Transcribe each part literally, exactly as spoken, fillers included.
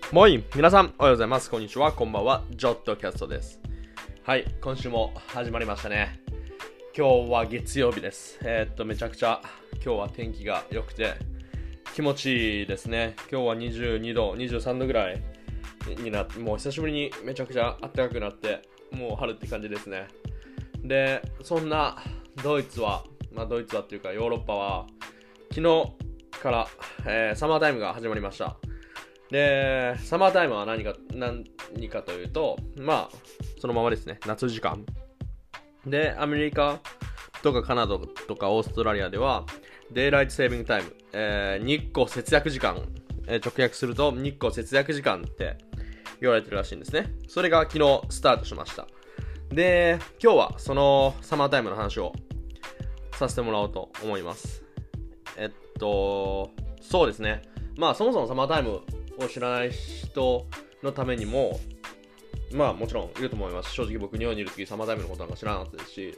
もい、皆さんおはようございます。こんにちは、こんばんは。ジョットキャストです。はい、今週も始まりましたね。今日は月曜日です。えー、っと、めちゃくちゃ今日は天気が良くて気持ちいいですね。今日はにじゅうにど、にじゅうさんどぐらいになって、もう久しぶりにめちゃくちゃ暖かくなって、もう春って感じですね。で、そんなドイツは、まあドイツはっていうかヨーロッパは昨日から、えー、サマータイムが始まりました。で、サマータイムは何か、何かというと、まあ、そのままですね、夏時間。で、アメリカとかカナダとかオーストラリアでは、デイライトセービングタイム、えー、日光節約時間、えー、直訳すると日光節約時間って言われてるらしいんですね。それが昨日スタートしました。で、今日はそのサマータイムの話をさせてもらおうと思います。えっと、そうですね。まあ、そもそもサマータイムを知らない人のためにも、まあもちろんいると思います。正直僕日本にいる時サマータイムのことなんか知らなかったですし、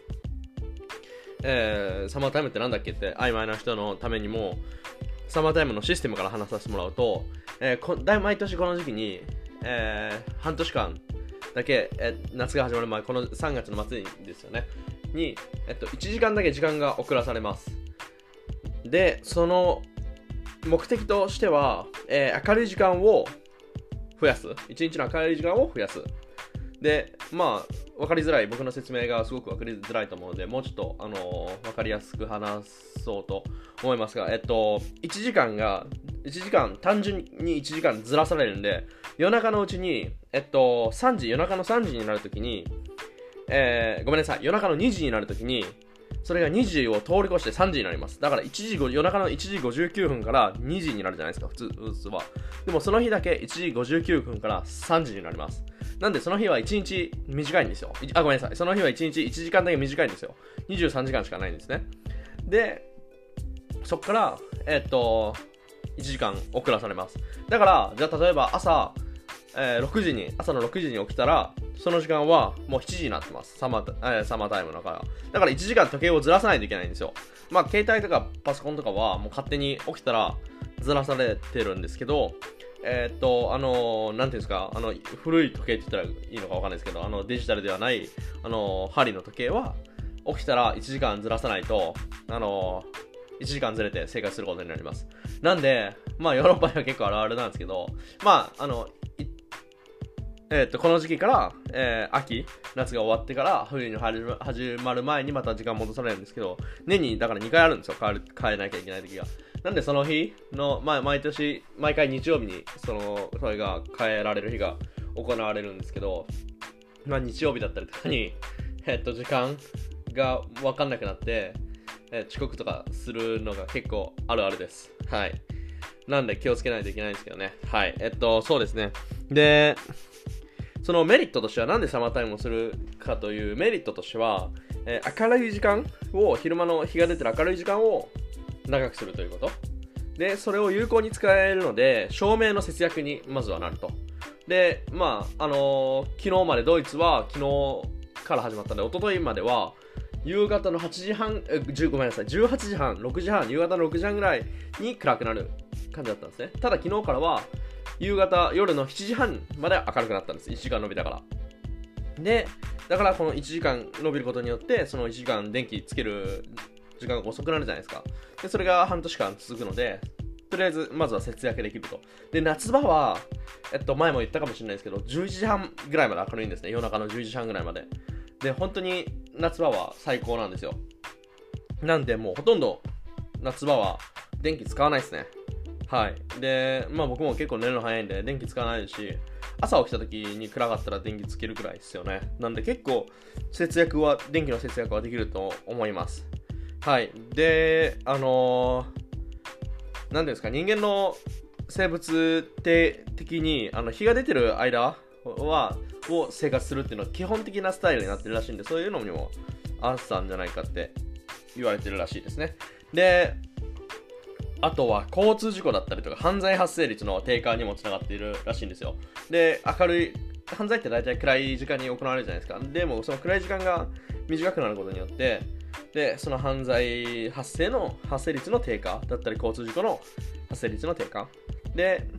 えー、サマータイムってなんだっけって曖昧な人のためにもサマータイムのシステムから話させてもらうと、えー、こだ毎年この時期に、えー、半年間だけ、えー、夏が始まる前、このさんがつの末にですよねに、えっと、いちじかんだけ時間が遅らされます。で、その目的としては、えー、明るい時間を増やす。一日の明るい時間を増やす。で、まあ、分かりづらい。僕の説明がすごく分かりづらいと思うので、もうちょっと、あのー、分かりやすく話そうと思いますが、えっと、いちじかんが、いちじかん、単純にいちじかんずらされるんで、夜中のうちに、えっと、さんじ、夜中のさんじになるときに、えー、ごめんなさい、夜中のにじになるときに、それがにじを通り越してさんじになります。だからいちじ夜中のいちじごじゅうきゅうふんからにじになるじゃないですか、普通、普通は。でもその日だけいちじごじゅうきゅうふんからさんじになります。なんでその日はいちにち短いんですよ。あ、ごめんなさい。その日はいちにちいちじかんだけ短いんですよ。にじゅうさんじかんしかないんですね。で、そっから、えー、っと、いちじかん遅らされます。だから、じゃあ例えば朝、えー、ろくじに、朝のろくじに起きたら、その時間はもうしちじになってます。サマー、えー、サマータイムだから。だからいちじかん時計をずらさないといけないんですよ。まあ、携帯とかパソコンとかはもう勝手に起きたらずらされてるんですけど、えー、っと、あのー、なんていうんですか、あの、古い時計って言ったらいいのかわかんないですけど、あの、デジタルではない、あのー、針の時計は、起きたらいちじかんずらさないと、あのー、いちじかんずれて生活することになります。なんで、まあ、ヨーロッパでは結構あるあるなんですけど、まあ、あの、えー、っとこの時期から、えー、秋、夏が終わってから冬に始まる前にまた時間戻されるんですけど、年にだからにかいあるんですよ、変える、変えなきゃいけない時が。なんでその日の、まあ、毎年、毎回日曜日にその、それが変えられる日が行われるんですけど、まあ日曜日だったりとかに、えー、っと時間が分かんなくなって、えー、遅刻とかするのが結構あるあるです。はい。なんで気をつけないといけないんですけどね。はい。えっと、そうですね。で、そのメリットとしては、なんでサマータイムをするかというメリットとしては、えー、明るい時間を、昼間の日が出てる明るい時間を長くするということ。で、それを有効に使えるので、照明の節約にまずはなると。で、まあ、あのー、昨日までドイツは、昨日から始まったんで、一昨日までは、夕方のはちじはん、え、じゅうごめんなさい、じゅうはちじはん、ろくじはん、夕方のろくじはんぐらいに暗くなる感じだったんですね。ただ昨日からは、夕方、夜のしちじはんまで明るくなったんです。いちじかん伸びたから。で、だからこのいちじかん伸びることによって、そのいちじかん電気つける時間が遅くなるじゃないですか。で、それが半年間続くので、とりあえず、まずは節約できると。で、夏場は、えっと、前も言ったかもしれないですけど、じゅういちじはんぐらいまで明るいんですね。夜中のじゅういちじはんぐらいまで。で、本当に夏場は最高なんですよ。なんで、もうほとんど夏場は電気使わないですね。はい。で、まあ僕も結構寝るの早いんで電気使わないですし、朝起きた時に暗かったら電気つけるくらいですよね。なんで結構節約は、電気の節約はできると思います。はい。で、あのー、なんですか、人間の生物的にあの日が出てる間は、を生活するっていうのは基本的なスタイルになってるらしいんで、そういうのにも合ってたんじゃないかって言われてるらしいですね。で、あとは交通事故だったりとか犯罪発生率の低下にもつながっているらしいんですよ。で、明るい、犯罪って大体暗い時間に行われるじゃないですか。でもその暗い時間が短くなることによって、で、その犯罪発生の発生率の低下だったり交通事故の発生率の低下で、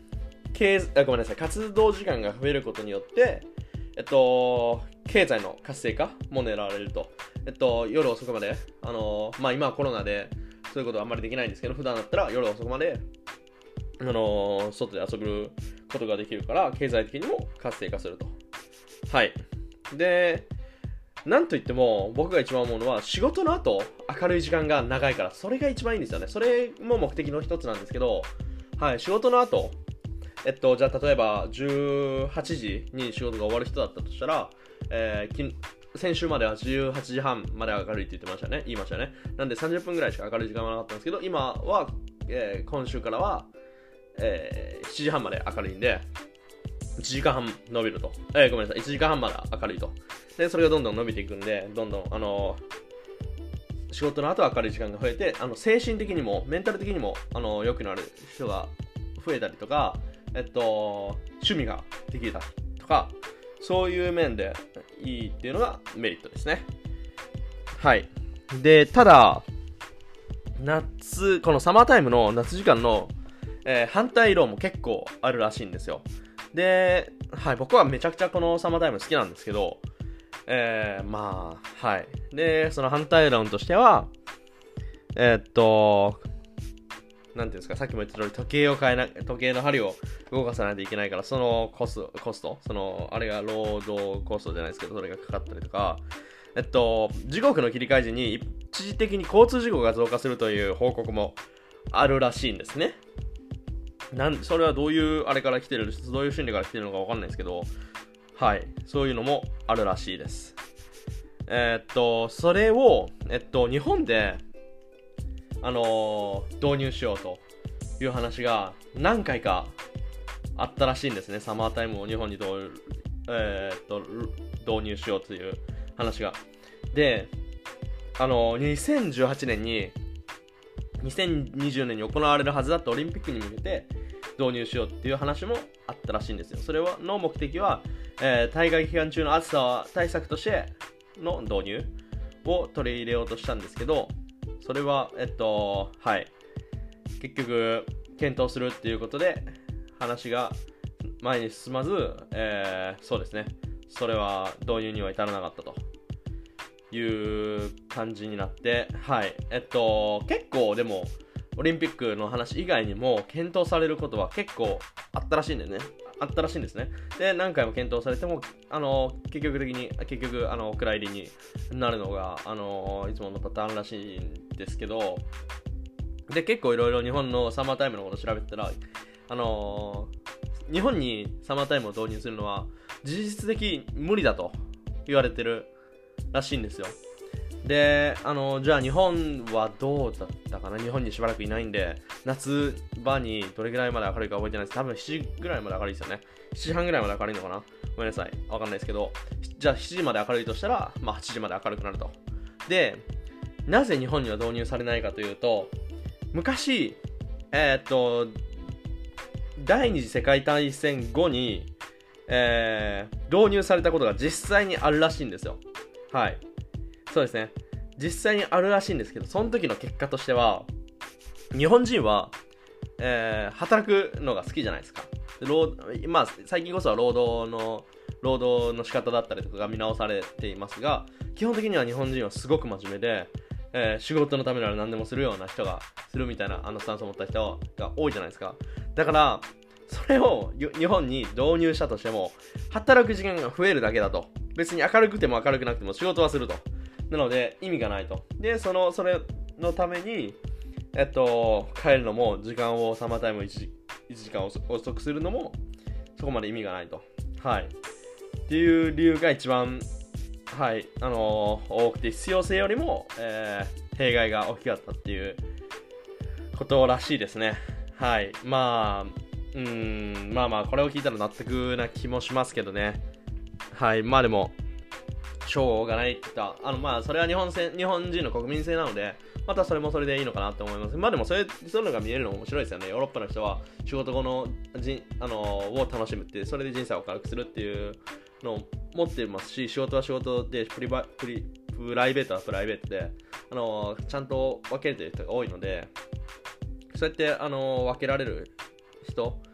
経あごめんなさい活動時間が増えることによって、えっと、経済の活性化も狙われると、えっと、夜遅くまで、あのまあ、今はコロナでそういうことはあんまりできないんですけど、普段だったら夜遅くまで、あの外で遊ぶことができるから経済的にも活性化すると。はい。で、なんといっても僕が一番思うのは、仕事の後明るい時間が長いから、それが一番いいんですよね。それも目的の一つなんですけど、はい、仕事の後、えっと、じゃあ例えばじゅうはちじに仕事が終わる人だったとしたら、えー、先週まではじゅうはちじはんまで明るいって言ってましたね。言いましたね。なんでさんじゅっぷんぐらいしか明るい時間はなかったんですけど、今は、えー、今週からは、えー、しちじはんまで明るいんで、いちじかんはん伸びると。えー、ごめんなさい。いちじかんはんまで明るいと。で、それがどんどん伸びていくんで、どんどん、あのー、仕事の後明るい時間が増えて、あの精神的にも、メンタル的にも、あのー、良くなる人が増えたりとか、えっと、趣味ができたりとか、そういう面でいいっていうのがメリットですね。はい。で、ただ、夏、このサマータイムの夏時間の、えー、反対論も結構あるらしいんですよ。で、はい、僕はめちゃくちゃこのサマータイム好きなんですけど、えー、まあ、はい。で、その反対論としては、えー、っと、なんていうんですか、さっきも言った通り時計を変えな、時計の針を動かさないといけないから、そのコスト、コスト、その、あれが労働コストじゃないですけど、それがかかったりとか、えっと、時刻の切り替え時に一時的に交通事故が増加するという報告もあるらしいんですね。なんそれはどういうあれから来てる、どういう心理から来てるのかわかんないですけど、はい、そういうのもあるらしいです。えー、っと、それを、えっと、日本で、あのー、導入しようという話が何回かあったらしいんですね。サマータイムを日本に導、えー、っと導入しようという話が。で、あのー、にせんじゅうはちねんににせんにじゅうねんに行われるはずだったオリンピックに向けて導入しようっていう話もあったらしいんですよ。それはの目的は、えー、大会期間中の暑さ対策としての導入を取り入れようとしたんですけど、それは、えっと、はい。結局、検討するっていうことで、話が前に進まず、えー、そうですね。それは導入には至らなかったという感じになって、はい。えっと、結構でも、オリンピックの話以外にも検討されることは結構あったらしいんだよね。あったらしいんですね。で、何回も検討されても、あの、結局的に、結局、あの、お蔵入りになるのが、あの、いつものパターンらしいんですけど、で、結構いろいろ日本のサマータイムのことを調べてたら、あの、日本にサマータイムを導入するのは、事実的に無理だと言われてるらしいんですよ。で、あの、じゃあ日本はどうだったかな。日本にしばらくいないんで、夏場にどれぐらいまで明るいか覚えてないです。多分しちじぐらいまで明るいですよね。しちじはんぐらいまで明るいのかな。ごめんなさい。わかんないですけど、じゃあしちじまで明るいとしたら、まあはちじまで明るくなると。で、なぜ日本には導入されないかというと、昔、えー、っと、第二次世界大戦後に、えー、導入されたことが実際にあるらしいんですよ。はい。そうですね。実際にあるらしいんですけど、その時の結果としては、日本人は、えー、働くのが好きじゃないですか。労まあ、最近こそは労働の、労働の仕方だったりとかが見直されていますが、基本的には日本人はすごく真面目で、えー、仕事のためなら何でもするような人がするみたいなあのスタンスを持った人が多いじゃないですか。だから、それを日本に導入したとしても、働く時間が増えるだけだと。別に明るくても明るくなくても仕事はすると。なので意味がないと。で、その、それのために、えっと、帰るのも時間をサマータイムいちじかん遅くするのもそこまで意味がないと。はい。っていう理由が一番、はい、あのー、多くて必要性よりも、えー、弊害が大きかったっていうことらしいですね。はい。まあ、うーん、まあまあ、これを聞いたら納得な気もしますけどね。はい。まあでも、しょうがないって言った。あの、まあ、それは日本せ日本人の国民性なので、またそれもそれでいいのかなと思います。まあでもそれ、そういうのが見えるのも面白いですよね。ヨーロッパの人は仕事後のじあのを楽しむって、それで人生を軽くするっていうのを持ってますし、仕事は仕事でプリバプリプライベートはプライベートで、あのちゃんと分けれてる人が多いので、そうやってあの分けられる人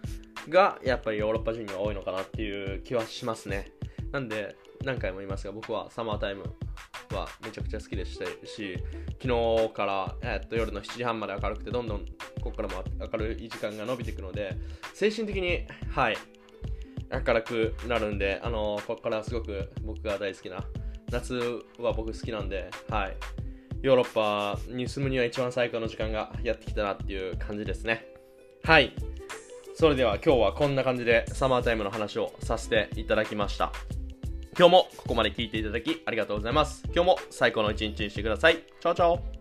がやっぱりヨーロッパ人が多いのかなっていう気はしますね。なんで何回も言いますが、僕はサマータイムはめちゃくちゃ好きでしたし、昨日から、えー、っと夜のしちじはんまで明るくて、どんどんここからも明るい時間が伸びていくので、精神的にはい明るくなるんで、あのー、ここからすごく僕が大好きな夏は僕好きなんで、はい、ヨーロッパに住むには一番最高の時間がやってきたなっていう感じですね。はい、それでは今日はこんな感じでサマータイムの話をさせていただきました。今日もここまで聞いていただきありがとうございます。今日も最高の一日にしてください。チャオチャオ。